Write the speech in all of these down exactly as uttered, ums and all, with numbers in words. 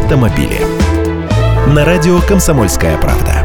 автомобили. На радио «Комсомольская правда».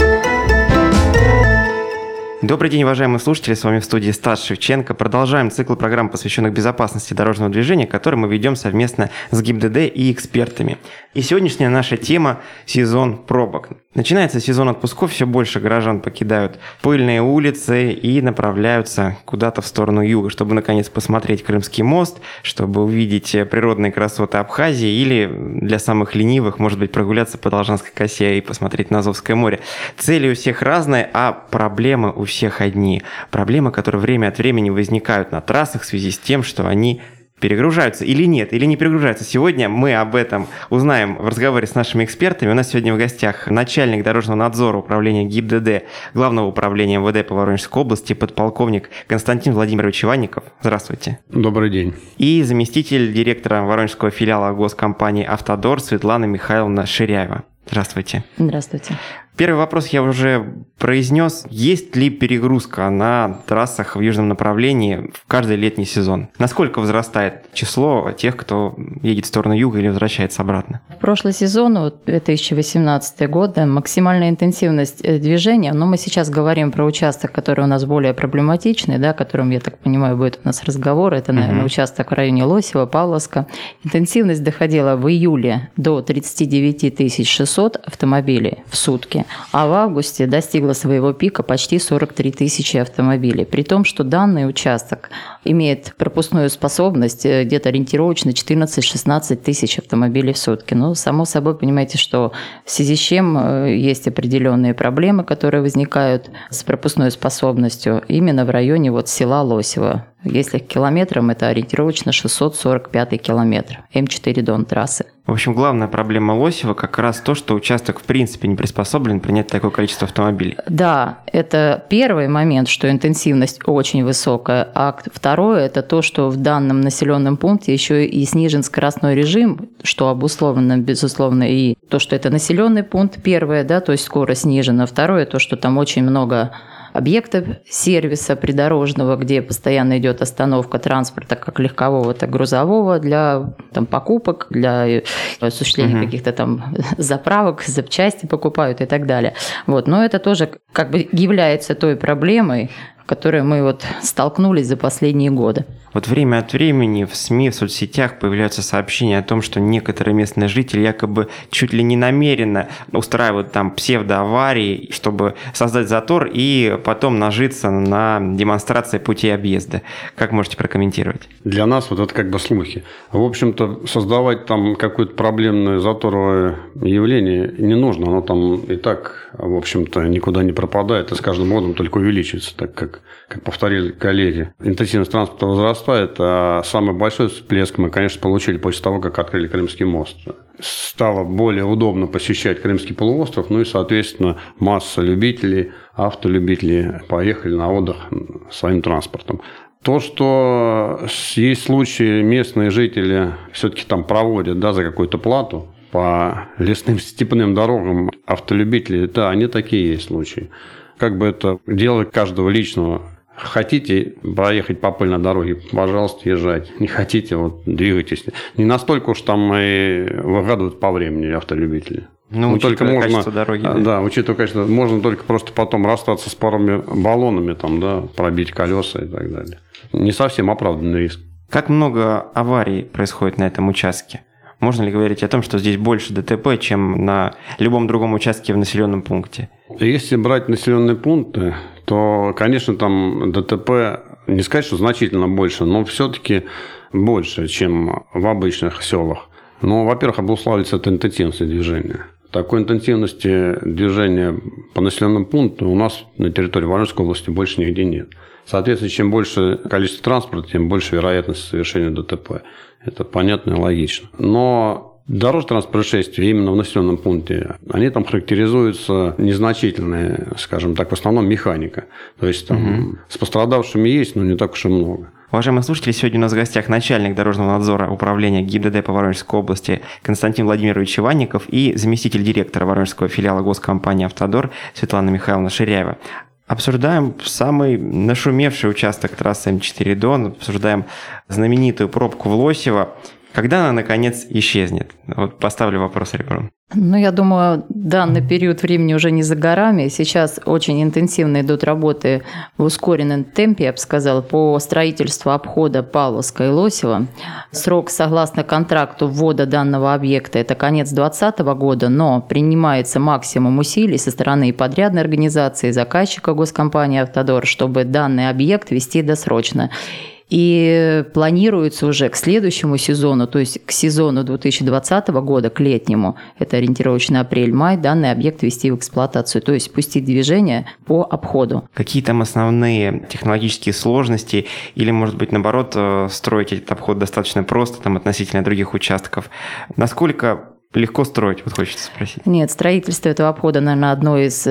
Добрый день, уважаемые слушатели, с вами в студии Стас Шевченко. Продолжаем цикл программ, посвященных безопасности дорожного движения, который мы ведем совместно с ГИБДД и экспертами. И сегодняшняя наша тема – сезон пробок. Начинается сезон отпусков, все больше горожан покидают пыльные улицы и направляются куда-то в сторону юга, чтобы наконец посмотреть Крымский мост, чтобы увидеть природные красоты Абхазии или для самых ленивых, может быть, прогуляться по Должанской косе и посмотреть на Азовское море. Цели у всех разные, а проблемы у всех одни. Проблемы, которые время от времени возникают на трассах в связи с тем, что они перегружаются или нет, или не перегружаются. Сегодня мы об этом узнаем в разговоре с нашими экспертами. У нас сегодня в гостях начальник дорожного надзора управления ГИБДД, Главного управления МВД по Воронежской области, подполковник Константин Владимирович Иванников. Здравствуйте. Добрый день. И заместитель директора воронежского филиала госкомпании «Автодор» Светлана Михайловна Ширяева. Здравствуйте. Здравствуйте. Первый вопрос я уже произнес. Есть ли перегрузка на трассах в южном направлении в каждый летний сезон? Насколько возрастает число тех, кто едет в сторону юга или возвращается обратно? В прошлый сезон, вот две тысячи восемнадцатый год, максимальная интенсивность движения, но мы сейчас говорим про участок, который у нас более проблематичный, да, о котором, я так понимаю, будет у нас разговор. Это, наверное, uh-huh. участок в районе Лосева, Павловска. Интенсивность доходила в июле до тридцать девять тысяч шестьсот автомобилей в сутки. А в августе достигла своего пика почти сорок три тысячи автомобилей. При том, что данный участок имеет пропускную способность где-то ориентировочно четырнадцать-шестнадцать тысяч автомобилей в сутки. Но, само собой, понимаете, что в связи с чем есть определенные проблемы, которые возникают с пропускной способностью именно в районе вот села Лосево. Если километром, это ориентировочно шестьсот сорок пятый километр эм четыре Дон трассы. В общем, главная проблема Лосева как раз то, что участок в принципе не приспособлен принять такое количество автомобилей. Да, это первый момент, что интенсивность очень высокая. А второе – это то, что в данном населенном пункте еще и снижен скоростной режим, что обусловлено, безусловно, и то, что это населенный пункт, первое, да, то есть скорость снижена. Второе – то, что там очень много объектов сервиса придорожного, где постоянно идет остановка транспорта, как легкового, так и грузового, для там, покупок, для осуществления uh-huh. каких-то там заправок, запчасти покупают и так далее. Вот. Но это тоже как бы является той проблемой, с которой мы вот столкнулись за последние годы. Вот время от времени в СМИ, в соцсетях появляются сообщения о том, что некоторые местные жители якобы чуть ли не намеренно устраивают там псевдоаварии, чтобы создать затор и потом нажиться на демонстрации путей объезда. Как можете прокомментировать? Для нас вот это как бы слухи. В общем-то, создавать там какое-то проблемное заторовое явление не нужно. Оно там и так, в общем-то, никуда не пропадает и с каждым годом только увеличивается, так как, как повторили коллеги. Интенсивность транспорта возрастает. А самый большой всплеск мы, конечно, получили после того, как открыли Крымский мост. Стало более удобно посещать Крымский полуостров, ну и, соответственно, масса любителей, автолюбителей поехали на отдых своим транспортом. То, что есть случаи, местные жители все-таки там проводят, да, за какую-то плату по лесным степным дорогам автолюбители, да, они такие есть случаи. Как бы это дело каждого личного. Хотите проехать по пыльной дороге, пожалуйста, езжайте. Не хотите, вот двигайтесь. Не настолько уж там и выгадывают по времени автолюбители. Ну, ну учитывая только можно, качество дороги. Да, да, учитывая качество, можно только просто потом расстаться с парами баллонами, там, да, пробить колеса и так далее. Не совсем оправданный риск. Как много аварий происходит на этом участке? Можно ли говорить о том, что здесь больше ДТП, чем на любом другом участке в населенном пункте? Если брать населенные пункты, то, конечно, там ДТП, не сказать, что значительно больше, но все-таки больше, чем в обычных селах. Но, во-первых, обуславливается это интенсивность движения. Такой интенсивности движения по населенному пункту у нас на территории Воронежской области больше нигде нет. Соответственно, чем больше количество транспорта, тем больше вероятность совершения ДТП. Это понятно и логично. Но дорожно-транспортные происшествия именно в населенном пункте, они там характеризуются незначительные, скажем так, в основном механика. То есть там угу. с пострадавшими есть, но не так уж и много. Уважаемые слушатели, сегодня у нас в гостях начальник дорожного надзора управления ГИБДД по Воронежской области Константин Владимирович Иванников и заместитель директора воронежского филиала госкомпании «Автодор» Светлана Михайловна Ширяева. Обсуждаем самый нашумевший участок трассы эм четыре Дон, обсуждаем знаменитую пробку в Лосево. Когда она, наконец, исчезнет? Вот поставлю вопрос ребром. Ну, я думаю, данный период времени уже не за горами. Сейчас очень интенсивно идут работы в ускоренном темпе, я бы сказала, по строительству обхода Павловска и Лосева. Срок, согласно контракту ввода данного объекта, это конец две тысячи двадцатого года, но принимается максимум усилий со стороны и подрядной организации, и заказчика госкомпании «Автодор», чтобы данный объект вести досрочно. И планируется уже к следующему сезону, то есть к сезону две тысячи двадцатого года, к летнему, это ориентировочно апрель-май, данный объект ввести в эксплуатацию, то есть пустить движение по обходу. Какие там основные технологические сложности или, может быть, наоборот, строить этот обход достаточно просто там, относительно других участков? Насколько легко строить, вот хочется спросить? Нет, строительство этого обхода, наверное, одно из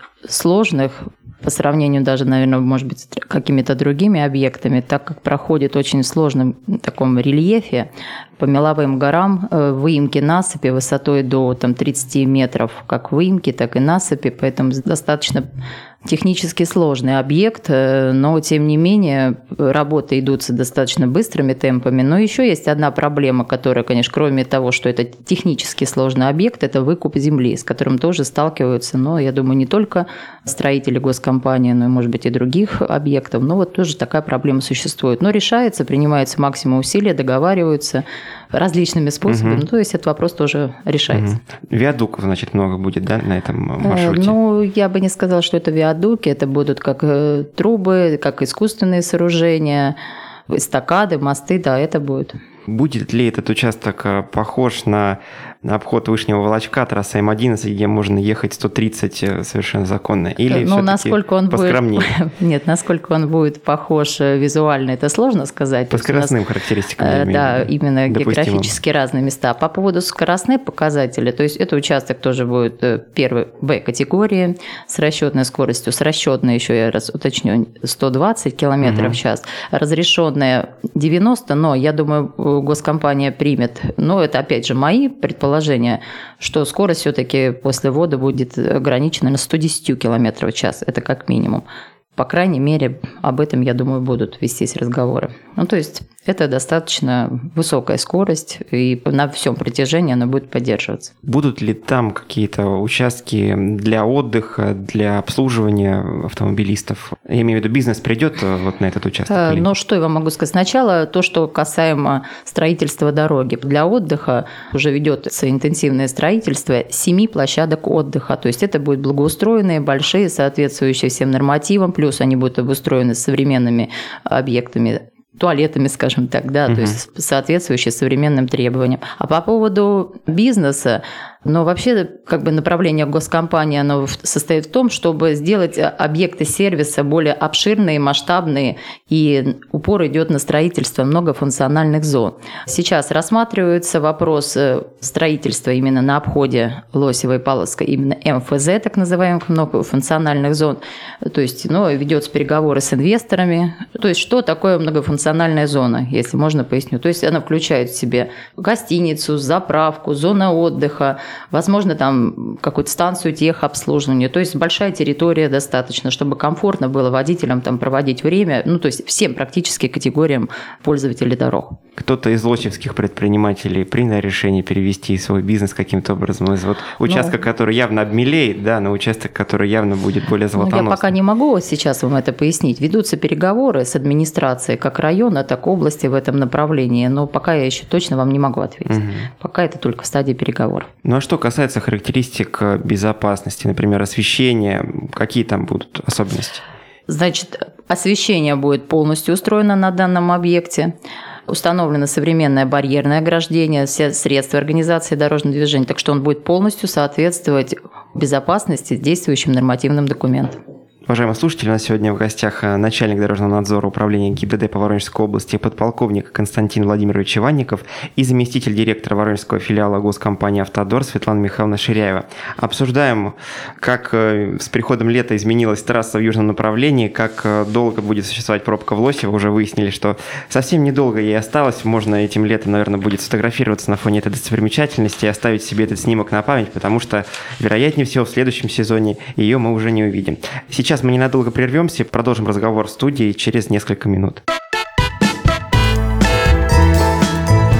сложных, по сравнению даже, наверное, может быть, с какими-то другими объектами, так как проходит очень в сложном таком рельефе, по меловым горам, выемки насыпи высотой до там, тридцать метров, как выемки, так и насыпи, поэтому достаточно технически сложный объект, но, тем не менее, работы идут достаточно быстрыми темпами. Но еще есть одна проблема, которая, конечно, кроме того, что это технически сложный объект, это выкуп земли, с которым тоже сталкиваются, но, я думаю, не только строители госкомпании, но, может быть, и других объектов. Но вот тоже такая проблема существует. Но решается, принимается максимум усилий, договариваются различными способами. Угу. То есть этот вопрос тоже решается. Угу. Виадуков, значит, много будет, да, на этом маршруте? Э, ну, я бы не сказала, что это виадуки. Это будут как трубы, как искусственные сооружения, эстакады, мосты, да, это будет. Будет ли этот участок похож на, на обход Вышнего Волочка, трасса эм одиннадцать, где можно ехать сто тридцать совершенно законно? Или ну, насколько он поскромнее? Будет... Нет, насколько он будет похож визуально, это сложно сказать. По скоростным нас... характеристикам. Да, именно, именно допустимо. Географически разные места. По поводу скоростных показателей, то есть это участок тоже будет первый Б-категории с расчетной скоростью, с расчетной, еще я раз уточню, сто двадцать километров в час, разрешенная девяносто, но я думаю, госкомпания примет, но это опять же мои предположения, что скорость все-таки после ввода будет ограничена на сто десять километров в час, это как минимум. По крайней мере, об этом, я думаю, будут вестись разговоры. Ну, то есть это достаточно высокая скорость, и на всем протяжении она будет поддерживаться. Будут ли там какие-то участки для отдыха, для обслуживания автомобилистов? Я имею в виду, бизнес придет вот на этот участок? А, ну, что я вам могу сказать? Сначала то, что касаемо строительства дороги. Для отдыха уже ведется интенсивное строительство семи площадок отдыха. То есть это будут благоустроенные, большие, соответствующие всем нормативам, плюс они будут обустроены современными объектами, туалетами, скажем так, да, угу. То есть соответствующие современным требованиям. А по поводу бизнеса, но вообще как бы направление госкомпании оно состоит в том, чтобы сделать объекты сервиса более обширные, масштабные, и упор идет на строительство многофункциональных зон. Сейчас рассматривается вопрос строительства именно на обходе Лосева и Павловска, именно эм эф зэ, так называемых многофункциональных зон. То есть, ну, ведется переговоры с инвесторами. То есть, что такое многофункциональная зона, если можно поясню. То есть, она включает в себя гостиницу, заправку, зону отдыха, возможно, там какую-то станцию техобслуживания. То есть большая территория достаточно, чтобы комфортно было водителям там проводить время, ну, то есть всем практически категориям пользователей дорог. Кто-то из лосевских предпринимателей принял решение перевести свой бизнес каким-то образом из вот участка, ну, который явно обмелеет, да, на участок, который явно будет более золотоносным? Ну, я пока не могу сейчас вам это пояснить. Ведутся переговоры с администрацией как района, так и области в этом направлении, но пока я еще точно вам не могу ответить. Угу. Пока это только в стадии переговоров. Ну, а что касается характеристик безопасности, например, освещения, какие там будут особенности? Значит, освещение будет полностью устроено на данном объекте. Установлено современное барьерное ограждение, все средства организации дорожного движения, так что он будет полностью соответствовать безопасности действующим нормативным документам. Уважаемые слушатели, у нас сегодня в гостях начальник дорожного надзора управления ГИБДД по Воронежской области, подполковник Константин Владимирович Иванников и заместитель директора Воронежского филиала госкомпании «Автодор» Светлана Михайловна Ширяева. Обсуждаем, как с приходом лета изменилась трасса в южном направлении, как долго будет существовать пробка в Лосево. Уже выяснили, что совсем недолго ей осталось. Можно этим летом, наверное, будет сфотографироваться на фоне этой достопримечательности и оставить себе этот снимок на память, потому что, вероятнее всего, в следующем сезоне ее мы уже не увидим. Сейчас Сейчас мы ненадолго прервемся и продолжим разговор в студии через несколько минут.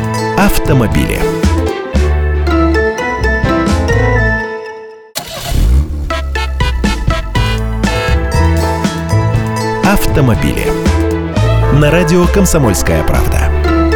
Автомобили. Автомобили. На радио «Комсомольская правда».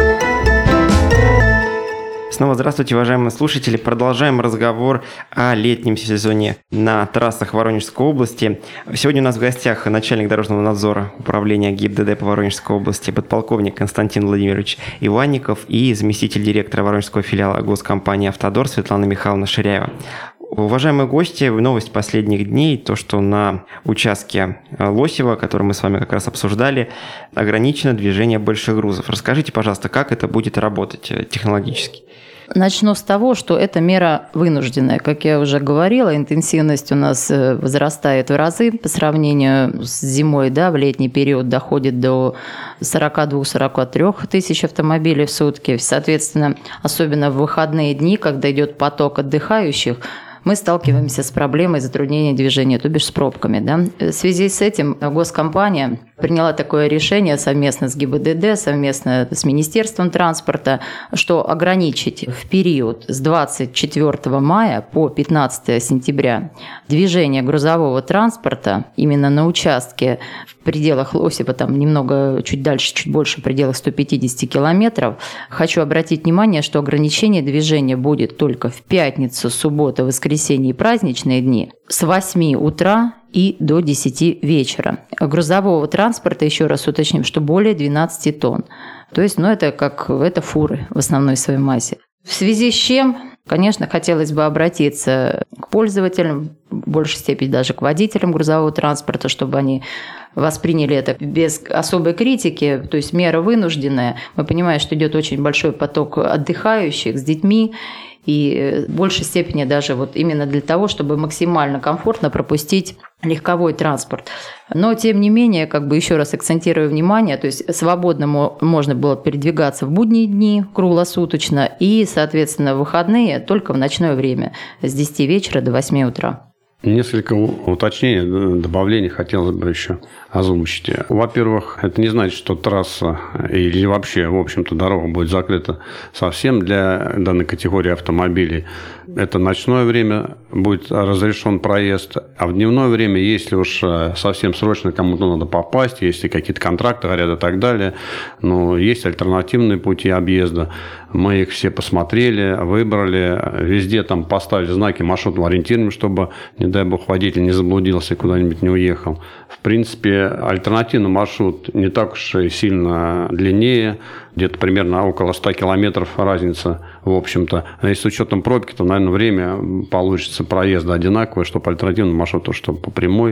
Снова здравствуйте, уважаемые слушатели. Продолжаем разговор о летнем сезоне на трассах Воронежской области. Сегодня у нас в гостях начальник дорожного надзора управления ГИБДД по Воронежской области, подполковник Константин Владимирович Иванников и заместитель директора Воронежского филиала госкомпании «Автодор» Светлана Михайловна Ширяева. Уважаемые гости, новость последних дней, то, что на участке Лосева, который мы с вами как раз обсуждали, ограничено движение больших грузов. Расскажите, пожалуйста, как это будет работать технологически? Начну с того, что это мера вынужденная. Как я уже говорила, интенсивность у нас возрастает в разы по сравнению с зимой, да, в летний период доходит до сорок два - сорок три тысяч автомобилей в сутки. Соответственно, особенно в выходные дни, когда идет поток отдыхающих, мы сталкиваемся с проблемой затруднения движения, то бишь с пробками. Да? В связи с этим госкомпания приняла такое решение совместно с ГИБДД, совместно с Министерством транспорта, что ограничить в период с двадцать четвёртого мая по пятнадцатое сентября движение грузового транспорта именно на участке в пределах Лосева, там немного чуть дальше, чуть больше, в пределах сто пятьдесят километров. Хочу обратить внимание, что ограничение движения будет только в пятницу, субботу, воскресенье и праздничные дни с восьми утра и до десяти вечера. Грузового транспорта, еще раз уточним, что более двенадцати тонн. То есть, ну, это как это фуры в основной своей массе. В связи с чем, конечно, хотелось бы обратиться к пользователям, в большей степени даже к водителям грузового транспорта, чтобы они восприняли это без особой критики, то есть мера вынужденная. Мы понимаем, что идет очень большой поток отдыхающих с детьми, и в большей степени даже вот именно для того, чтобы максимально комфортно пропустить легковой транспорт. Но, тем не менее, как бы еще раз акцентирую внимание, то есть свободно можно было передвигаться в будние дни круглосуточно и, соответственно, в выходные только в ночное время с десяти вечера до восьми утра. Несколько уточнений, добавлений хотелось бы еще озвучить. Во-первых, это не значит, что трасса или вообще, в общем-то, дорога будет закрыта совсем для данной категории автомобилей. Это ночное время будет разрешен проезд, а в дневное время, если уж совсем срочно кому-то надо попасть, если какие-то контракты горят и так далее, но есть альтернативные пути объезда. Мы их все посмотрели, выбрали, везде там поставили знаки маршрутного ориентирования, чтобы, не дай бог, водитель не заблудился и куда-нибудь не уехал. В принципе, альтернативный маршрут не так уж и сильно длиннее, где-то примерно около ста километров разница, в общем-то. А если с учетом пробки, то, наверное, время получится проезда одинаковое, что по альтернативному маршруту, что по прямой.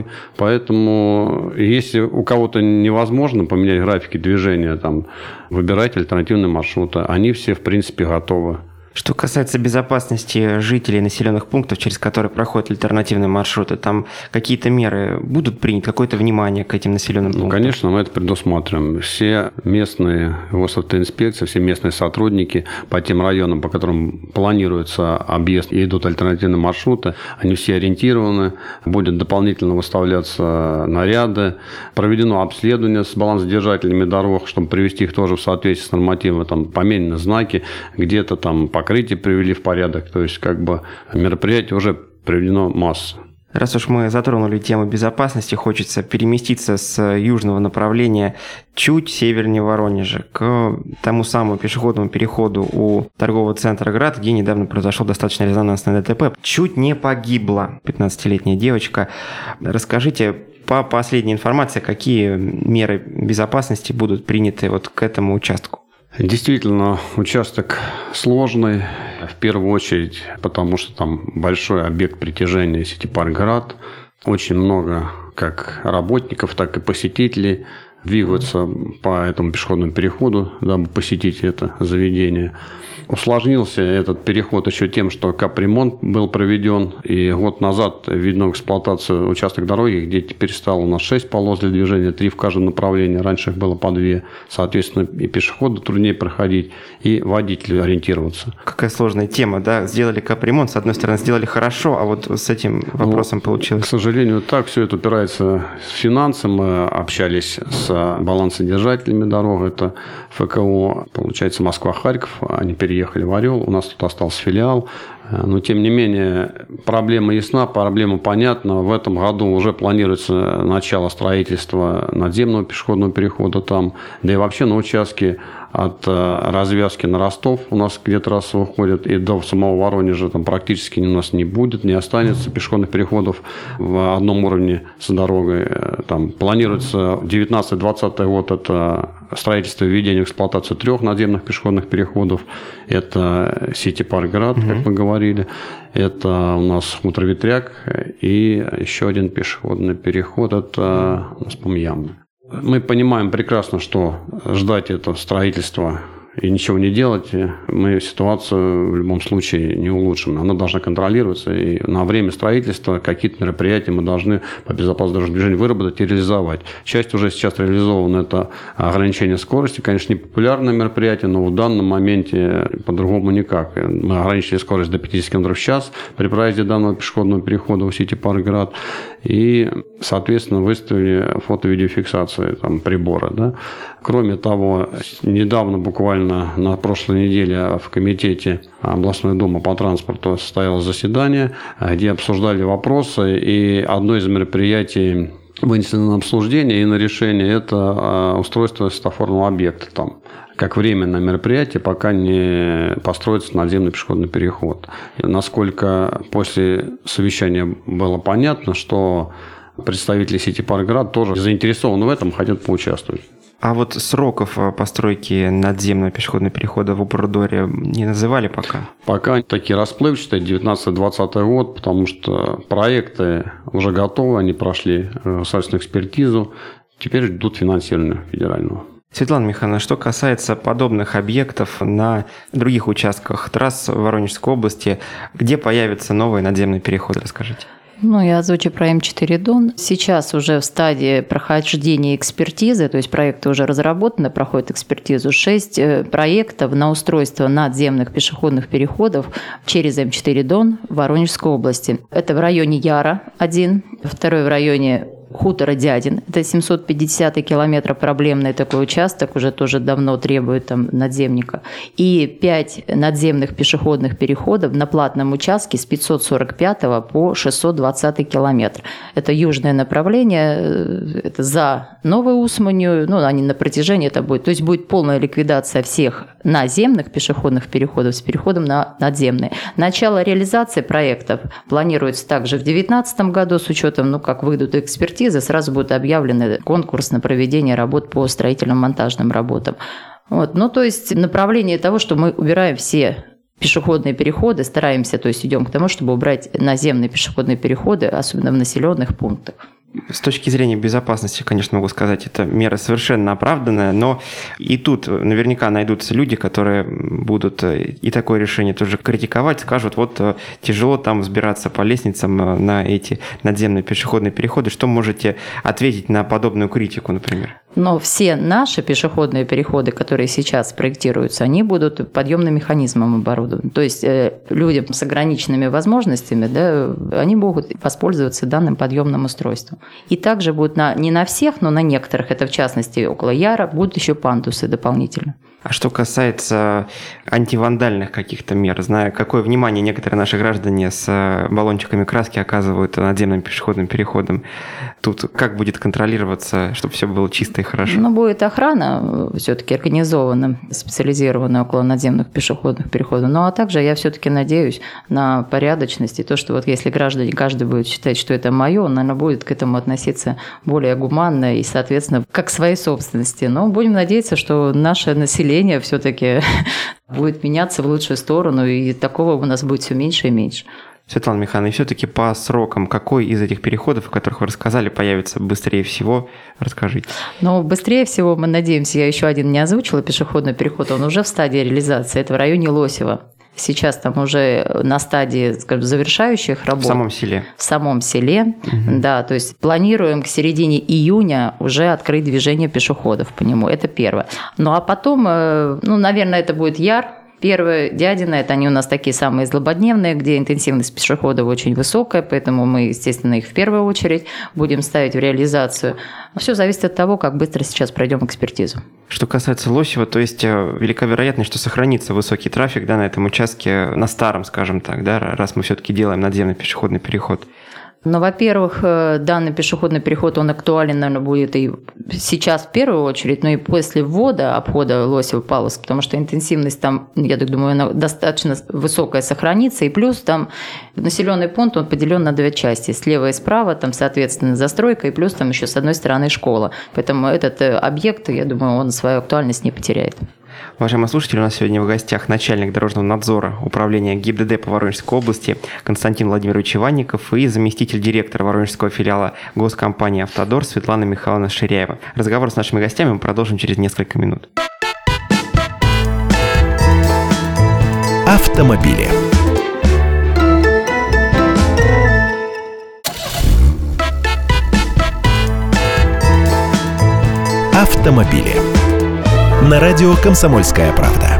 Поэтому, если у кого-то невозможно поменять графики движения, там, выбирайте альтернативные маршруты. Они все, в принципе, готовы. Что касается безопасности жителей населенных пунктов, через которые проходят альтернативные маршруты, там какие-то меры будут приняты, какое-то внимание к этим населенным пунктам? Ну, конечно, мы это предусматриваем. Все местные госавтоинспекции, все местные сотрудники по тем районам, по которым планируется объезд и идут альтернативные маршруты, они все ориентированы. Будет дополнительно выставляться наряды. Проведено обследование с балансодержателями дорог, чтобы привести их тоже в соответствии с нормативами. Там поменены знаки, где-то там по покрытие привели в порядок, то есть как бы мероприятий уже приведено масса. Раз уж мы затронули тему безопасности, хочется переместиться с южного направления чуть севернее Воронежа к тому самому пешеходному переходу у торгового центра «Град», где недавно произошло достаточно резонансное ДТП. Чуть не погибла пятнадцатилетняя девочка. Расскажите, по последней информации, какие меры безопасности будут приняты вот к этому участку? Действительно, участок сложный, в первую очередь, потому что там большой объект притяжения сети «Парк Град». Очень много как работников, так и посетителей двигаются по этому пешеходному переходу, дабы посетить это заведение. Усложнился этот переход еще тем, что капремонт был проведен, и год назад введен в эксплуатацию участок дороги, где теперь стало у нас шесть полос для движения, три в каждом направлении, раньше их было по две. Соответственно, и пешеходу труднее проходить, и водителю ориентироваться. Какая сложная тема, да? Сделали капремонт, с одной стороны, сделали хорошо, а вот с этим вопросом ну, получилось. К сожалению, так все это упирается в финансы. Мы общались с являются балансодержателями дорог. Это эф ка о, получается, Москва-Харьков. Они переехали в Орел. У нас тут остался филиал. Но, тем не менее, проблема ясна, проблема понятна. В этом году уже планируется начало строительства надземного пешеходного перехода там. Да и вообще на участке от развязки на Ростов у нас где трасса выходит, и до самого Воронежа там практически у нас не будет, не останется пешеходных переходов в одном уровне с дорогой. Там планируется девятнадцатый-двадцатый год это строительство и введение в эксплуатацию трех надземных пешеходных переходов. Это Сити-Парк Град, mm-hmm. как мы говорили. Это у нас хутор Ветряк и еще один пешеходный переход. Это у нас, по-моему, Ямный. Мы понимаем прекрасно, что ждать это строительство и ничего не делать, мы ситуацию в любом случае не улучшим. Она должна контролироваться, и на время строительства какие-то мероприятия мы должны по безопасности дорожного движения выработать и реализовать. Часть уже сейчас реализована, это ограничение скорости. Конечно, не популярное мероприятие, но в данном моменте по-другому никак. Мы ограничили скорость до пятьдесят километров в час при проезде данного пешеходного перехода у Сити-Парк Град. И, соответственно, выставили фото-видеофиксацию там, прибора. Да? Кроме того, недавно, буквально на прошлой неделе, в комитете областной думы по транспорту состоялось заседание, где обсуждали вопросы, и одно из мероприятий вынесено на обсуждение и на решение – это устройство светофорного объекта там, как временное мероприятие, пока не построится надземный пешеходный переход. И насколько после совещания было понятно, что представители Сити-Парк Град тоже заинтересованы в этом, хотят поучаствовать. А вот сроков постройки надземного пешеходного перехода в Упрудоре не называли пока? Пока такие расплывчатые, девятнадцатый-двадцатый год, потому что проекты уже готовы, они прошли государственную экспертизу, теперь ждут финансирования федерального. Светлана Михайловна, что касается подобных объектов на других участках трасс Воронежской области, где появятся новые надземные переходы, расскажите. Ну, я озвучу про эм четыре Дон. Сейчас уже в стадии прохождения экспертизы, то есть проекты уже разработаны, проходят экспертизу, шесть проектов на устройство надземных пешеходных переходов через эм четыре Дон в Воронежской области. Это в районе Яра один, второй в районе хутора Дядин. Это семьсот пятидесятый километр, проблемный такой участок, уже тоже давно требует там надземника. И пять надземных пешеходных переходов на платном участке с пятьсот сорок пятого по шестьсот двадцатый километр. Это южное направление, это за Новой Усманью, ну, они на протяжении это будет. То есть будет полная ликвидация всех наземных пешеходных переходов с переходом на надземные. Начало реализации проектов планируется также в две тысячи девятнадцатом году с учетом, ну, как выйдут экспертизы, сразу будет объявлен конкурс на проведение работ по строительно-монтажным работам. Вот. Ну, то есть направление того, что мы убираем все пешеходные переходы, стараемся, то есть идем к тому, чтобы убрать наземные пешеходные переходы, особенно в населенных пунктах. С точки зрения безопасности, конечно, могу сказать, эта мера совершенно оправданная, но и тут наверняка найдутся люди, которые будут и такое решение тоже критиковать, скажут, вот тяжело там взбираться по лестницам на эти надземные пешеходные переходы. Что можете ответить на подобную критику, например? Но все наши пешеходные переходы, которые сейчас проектируются, они будут подъемным механизмом оборудованы. То есть людям с ограниченными возможностями, да, они могут воспользоваться данным подъемным устройством. И также будут на, не на всех, но на некоторых, это в частности около Яра, будут еще пандусы дополнительно. А что касается антивандальных каких-то мер, знаю, какое внимание некоторые наши граждане с баллончиками краски оказывают надземным пешеходным переходом, тут как будет контролироваться, чтобы все было чисто и хорошо? Ну, будет охрана все-таки организована, специализированная около надземных пешеходных переходов. Ну, а также я все-таки надеюсь на порядочность и то, что вот если граждане, каждый будет считать, что это мое, он, наверное, будет к этому относиться более гуманно и, соответственно, как к своей собственности. Но будем надеяться, что наше население все-таки будет меняться в лучшую сторону, и такого у нас будет все меньше и меньше. Светлана Михайловна, и все-таки по срокам, какой из этих переходов, о которых вы рассказали, появится быстрее всего, расскажите. Ну, быстрее всего, мы надеемся, я еще один не озвучила, пешеходный переход, он уже в стадии реализации, это в районе Лосева. Сейчас там уже на стадии, скажем, завершающих работ. В самом селе. В самом селе, угу. Да. То есть планируем к середине июня уже открыть движение пешеходов по нему. Это первое. Ну, а потом, ну, наверное, это будет Яр, Первые Дядино, это они у нас такие самые злободневные, где интенсивность пешеходов очень высокая, поэтому мы, естественно, их в первую очередь будем ставить в реализацию. Все зависит от того, как быстро сейчас пройдем экспертизу. Что касается Лосева, то есть велика вероятность, что сохранится высокий трафик, да, на этом участке, на старом, скажем так, да, раз мы все-таки делаем надземный пешеходный переход. Но, во-первых, данный пешеходный переход, он актуален, наверное, будет и сейчас в первую очередь, но и после ввода, обхода Лосева-Павловск, потому что интенсивность там, я так думаю, она достаточно высокая сохранится, и плюс там населенный пункт, он поделен на две части, слева и справа, там, соответственно, застройка, и плюс там еще с одной стороны школа. Поэтому этот объект, я думаю, он свою актуальность не потеряет. Уважаемые слушатели, у нас сегодня в гостях начальник дорожного надзора управления ГИБДД по Воронежской области Константин Владимирович Иванников и заместитель директора воронежского филиала госкомпании «Автодор» Светлана Михайловна Ширяева. Разговор с нашими гостями мы продолжим через несколько минут. Автомобили. Автомобили. На радио «Комсомольская правда».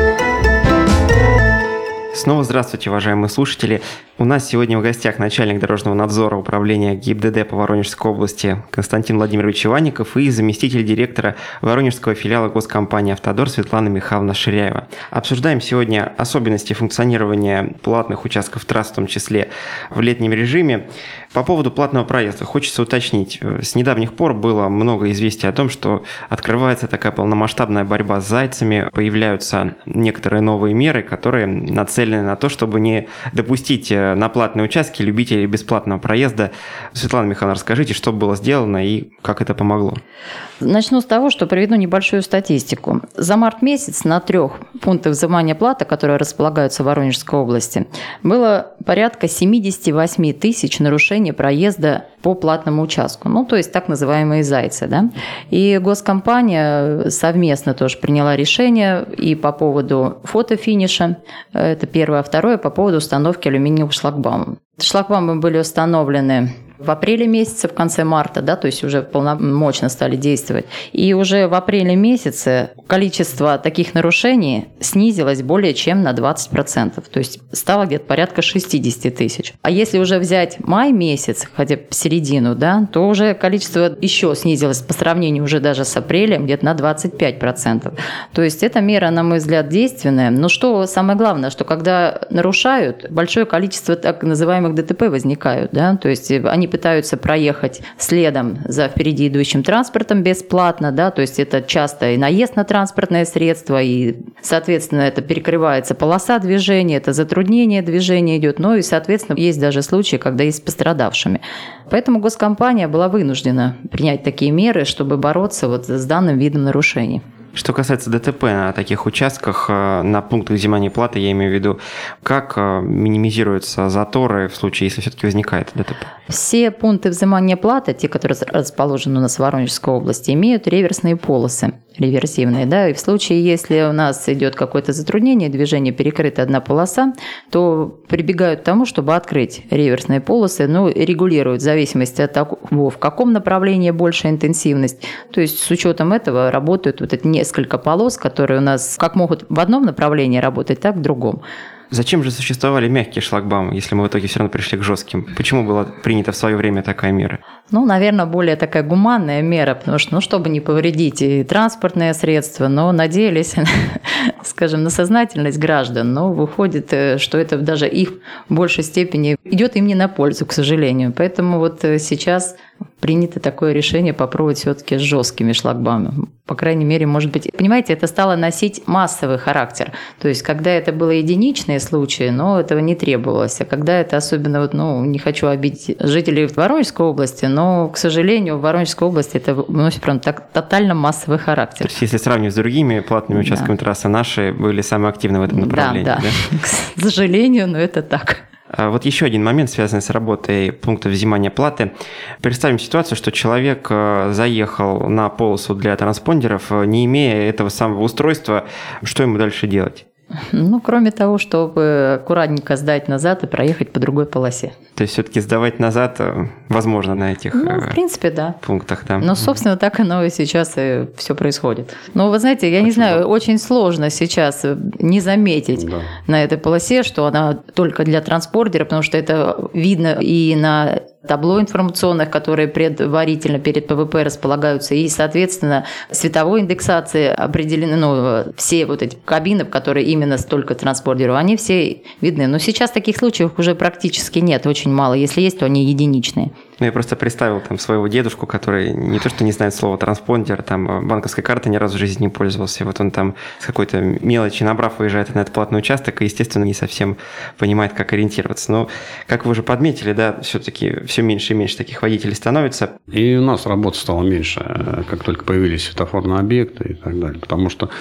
Снова здравствуйте, уважаемые слушатели. У нас сегодня в гостях начальник дорожного надзора управления ГИБДД по Воронежской области Константин Владимирович Иванников и заместитель директора воронежского филиала госкомпании «Автодор» Светлана Михайловна Ширяева. Обсуждаем сегодня особенности функционирования платных участков трасс, в том числе в летнем режиме. По поводу платного проезда хочется уточнить. С недавних пор было много известий о том, что открывается такая полномасштабная борьба с зайцами, появляются некоторые новые меры, которые нацелены на то, чтобы не допустить на платные участки любителей бесплатного проезда. Светлана Михайловна, расскажите, что было сделано и как это помогло? Начну с того, что приведу небольшую статистику. За март месяц на трех пунктах взимания платы, которые располагаются в Воронежской области, было порядка семьдесят восемь тысяч нарушений проезда по платному участку. Ну, то есть так называемые зайцы. Да? И госкомпания совместно тоже приняла решение и по поводу фотофиниша, это первое, а второе по поводу установки алюминиевых шлагбаумов. Шлагбаумы были установлены в апреле месяце, в конце марта, да, то есть уже полномочно стали действовать. И уже в апреле месяце количество таких нарушений снизилось более чем на двадцать процентов. То есть стало где-то порядка шестьдесят тысяч. А если уже взять май месяц, хотя бы середину, да, то уже количество еще снизилось по сравнению уже даже с апрелем где-то на двадцать пять процентов. То есть эта мера, на мой взгляд, действенная. Но что самое главное, что когда нарушают, большое количество так называемых ДТП возникают, да, то есть они пытаются проехать следом за впереди идущим транспортом бесплатно, да, то есть это часто и наезд на транспортное средство, и, соответственно, это перекрывается полоса движения, это затруднение движения идет, ну и, соответственно, есть даже случаи, когда есть с пострадавшими. Поэтому госкомпания была вынуждена принять такие меры, чтобы бороться вот с данным видом нарушений. Что касается ДТП на таких участках, на пунктах взимания платы, я имею в виду, как минимизируются заторы в случае, если все-таки возникает ДТП? Все пункты взимания платы, те, которые расположены у нас в Воронежской области, имеют реверсные полосы, реверсивные, да, и в случае, если у нас идет какое-то затруднение, движение перекрыта одна полоса, то прибегают к тому, чтобы открыть реверсные полосы, ну, регулируют в зависимости от того, в каком направлении большая интенсивность, то есть с учетом этого работают вот эти несколько полос, которые у нас как могут в одном направлении работать, так в другом. Зачем же существовали мягкие шлагбаумы, если мы в итоге все равно пришли к жестким? Почему была принята в свое время такая мера? Ну, наверное, более такая гуманная мера, потому что, ну, чтобы не повредить и транспортные средства, но надеялись, скажем, на сознательность граждан, но выходит, что это даже их в большей степени идет им не на пользу, к сожалению. Поэтому вот сейчас принято такое решение попробовать все-таки с жесткими шлагбаумами. По крайней мере, может быть, понимаете, это стало носить массовый характер. То есть, когда это было единичные случаи, но этого не требовалось. А когда это особенно, вот, ну, не хочу обидеть жителей Воронежской области, но, к сожалению, в Воронежской области это носит прям так тотально массовый характер. То есть, если сравнивать с другими платными участками да. трассы, наши были самые активные в этом направлении. Да, да. да? К сожалению, но это так. Вот еще один момент, связанный с работой пункта взимания платы. Представим ситуацию, что человек заехал на полосу для транспондеров, не имея этого самого устройства. Что ему дальше делать? Ну, кроме того, чтобы аккуратненько сдать назад и проехать по другой полосе. То есть все-таки сдавать назад возможно на этих ну, в принципе, да. пунктах, да. Но, собственно, так оно и сейчас и все происходит. Но, вы знаете, я Почему? не знаю, очень сложно сейчас не заметить да. на этой полосе, что она только для транспордера, потому что это видно и на табло информационных, которые предварительно перед ПВП располагаются, и, соответственно, световой индексации определены, ну, все вот эти кабины, которые именно столько транспортеров, они все видны. Но сейчас таких случаев уже практически нет, очень мало. Если есть, то они единичные. Ну, я просто представил там своего дедушку, который не то что не знает слова транспондер, там банковской карты ни разу в жизни не пользовался. Вот он там с какой-то мелочи набрав выезжает на этот платный участок и, естественно, не совсем понимает, как ориентироваться. Но, как вы уже подметили, да, все-таки все меньше и меньше таких водителей становится. И у нас работы стало меньше, как только появились светофорные объекты и так далее. Потому что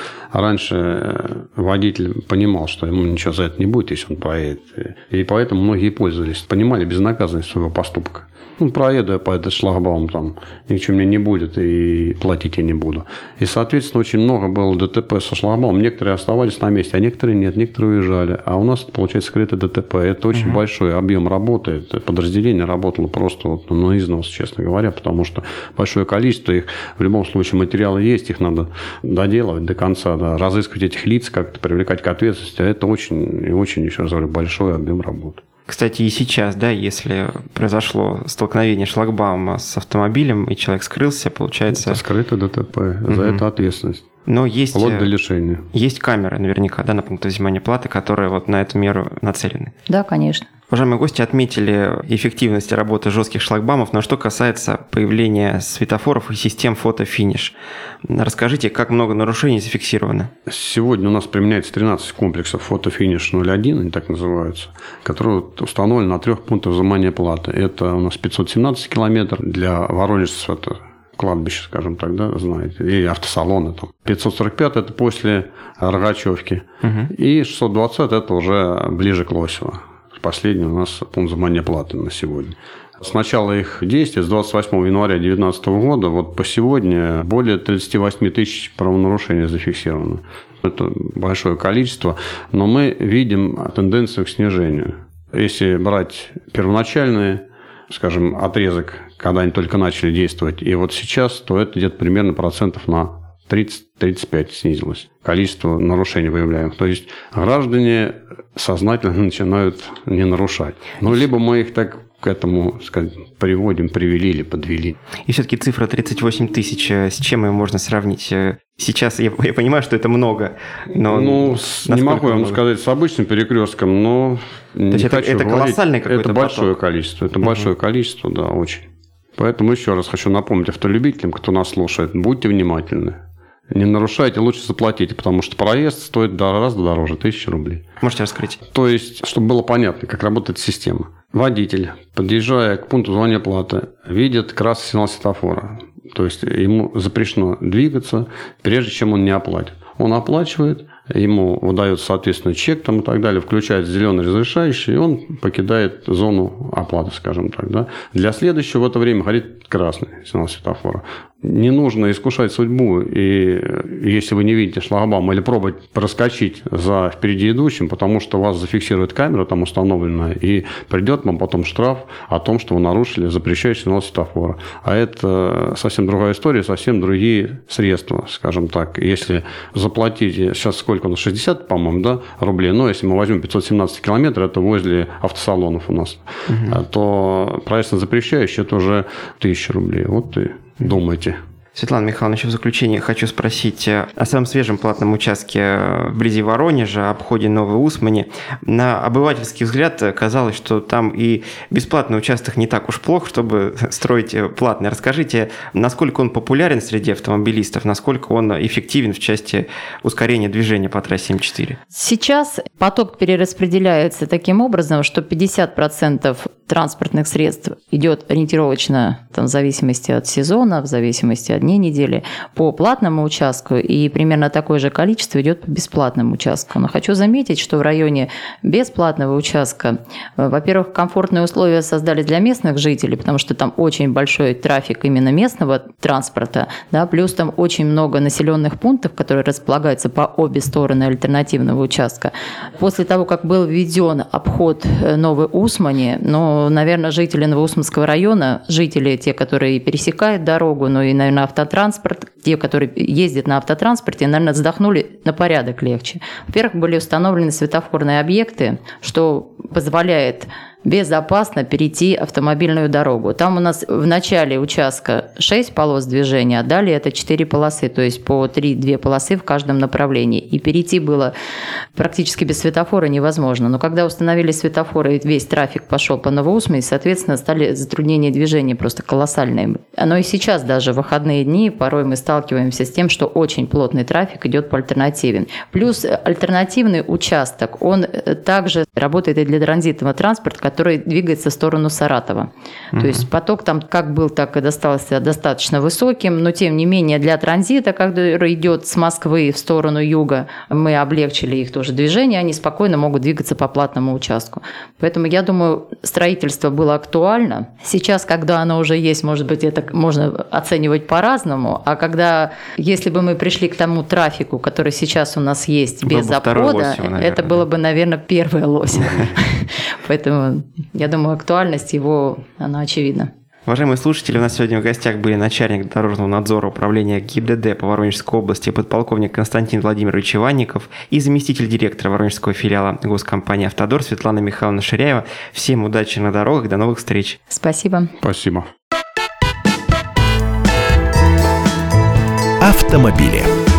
раньше водитель понимал, что ему ничего за это не будет, если он проедет. И поэтому многие пользовались, понимали безнаказанность своего поступка. Ну, проеду я по этот шлагбаум, там ничего мне не будет, и платить я не буду. И, соответственно, очень много было ДТП со шлагбаумом. Некоторые оставались на месте, а некоторые нет, некоторые уезжали. А у нас, получается, скрытое ДТП. Это очень угу. большой объем работы. Это подразделение работало просто вот, на износ, честно говоря, потому что большое количество их, в любом случае, материалы есть, их надо доделывать до конца, да, разыскивать этих лиц, как-то привлекать к ответственности. А это очень, и очень, еще раз говорю, большой объем работы. Кстати, и сейчас, да, если произошло столкновение шлагбаума с автомобилем, и человек скрылся, получается... Это скрытое ДТП, угу. за это ответственность. Но есть... Вплоть до лишения. Есть камеры, наверняка, да, на пунктах взимания платы, которые вот на эту меру нацелены. Да, конечно. Уважаемые гости отметили эффективность работы жестких шлагбаумов, но что касается появления светофоров и систем фото-финиш. Расскажите, как много нарушений зафиксировано? Сегодня у нас применяется тринадцать комплексов фото-финиш ноль один, они так называются, которые установлены на трех пунктах взимания платы. Это у нас пятьсот семнадцать километров для Воронежца, это кладбище, скажем так, да, знаете, и автосалоны там. пятьсот сорок пять это после Рогачевки. Угу. И шестьсот двадцать это уже ближе к Лосево. Последний у нас пункт взимания платы на сегодня. С начала их действия, с двадцать восьмого января две тысячи девятнадцатого года, вот по сегодня более тридцать восемь тысяч правонарушений зафиксировано. Это большое количество, но мы видим тенденцию к снижению. Если брать первоначальный, скажем, отрезок, когда они только начали действовать, и вот сейчас, то это где-то примерно процентов на тридцать-тридцать пять снизилось. Количество нарушений выявляемых. То есть граждане сознательно начинают не нарушать. Ну, либо мы их так к этому, сказать, приводим, привели или подвели. И все-таки цифра тридцать восемь тысяч, с чем ее можно сравнить? Сейчас я, я понимаю, что это много, но... Ну, не могу я вам сказать с обычным перекрестком, но То не есть это, это колоссальное какое-то Это большое поток. количество, это угу. большое количество, да, очень. Поэтому еще раз хочу напомнить автолюбителям, кто нас слушает, будьте внимательны. Не нарушайте, лучше заплатите, потому что проезд стоит гораздо дороже, тысяча рублей. Можете раскрыть? То есть, чтобы было понятно, как работает система. Водитель, подъезжая к пункту взимания платы, видит красный сигнал светофора. То есть, ему запрещено двигаться, прежде чем он не оплатит. Он оплачивает, ему выдается, соответственно, чек там и так далее, включает зеленый разрешающий, и он покидает зону оплаты, скажем так. Да. Для следующего в это время горит красный сигнал светофора. Не нужно искушать судьбу, и если вы не видите шлагбаум, или пробовать проскочить за впереди идущим, потому что вас зафиксирует камера там установленная, и придет вам потом штраф о том, что вы нарушили запрещающий сигнал светофора. А это совсем другая история, совсем другие средства, скажем так. Если заплатить, сейчас сколько у нас, шестьдесят, по-моему, да, рублей, но если мы возьмем пятьсот семнадцать километров, это возле автосалонов у нас, угу. то проезд запрещающий, это уже тысяча рублей. Вот и думайте. Светлана Михайловна, еще в заключение хочу спросить о самом свежем платном участке вблизи Воронежа, обходе Новой Усмани. На обывательский взгляд казалось, что там и бесплатный участок не так уж плох, чтобы строить платный. Расскажите, насколько он популярен среди автомобилистов, насколько он эффективен в части ускорения движения по трассе М четыре? Сейчас поток перераспределяется таким образом, что пятьдесят процентов транспортных средств идет ориентировочно там, в зависимости от сезона, в зависимости от дня вне недели по платному участку, и примерно такое же количество идет по бесплатному участку. Но хочу заметить, что в районе бесплатного участка, во-первых, комфортные условия создали для местных жителей, потому что там очень большой трафик именно местного транспорта, да, плюс там очень много населенных пунктов, которые располагаются по обе стороны альтернативного участка. После того, как был введен обход Новой Усмани, ну, наверное, жители Новоусманского района, жители, те, которые пересекают дорогу, ну и, наверное, автотранспорт, те, которые ездят на автотранспорте, наверное, вздохнули на порядок легче. Во-первых, были установлены светофорные объекты, что позволяет безопасно перейти автомобильную дорогу. Там у нас в начале участка шесть полос движения, а далее это четыре полосы, то есть по три-две полосы в каждом направлении. И перейти было практически без светофора невозможно. Но когда установили светофоры и весь трафик пошел по Новоусмани, соответственно, стали затруднения движения просто колоссальные. Но и сейчас даже в выходные дни порой мы сталкиваемся с тем, что очень плотный трафик идет по альтернативе. Плюс альтернативный участок, он также работает и для транзитного транспорта, который двигается в сторону Саратова. Mm-hmm. То есть поток там как был, так и достался достаточно высоким, но тем не менее для транзита, который идет с Москвы в сторону юга, мы облегчили их тоже движение, они спокойно могут двигаться по платному участку. Поэтому я думаю, строительство было актуально. Сейчас, когда оно уже есть, может быть, это можно оценивать по-разному, а когда, если бы мы пришли к тому трафику, который сейчас у нас есть без был обхода, лосево, это было бы, наверное, первое лосево. Поэтому я думаю, актуальность его, она очевидна. Уважаемые слушатели, у нас сегодня в гостях были начальник дорожного надзора управления ГИБДД по Воронежской области, подполковник Константин Владимирович Иванников и заместитель директора Воронежского филиала госкомпании «Автодор» Светлана Михайловна Ширяева. Всем удачи на дорогах, до новых встреч. Спасибо. Спасибо. Автомобили.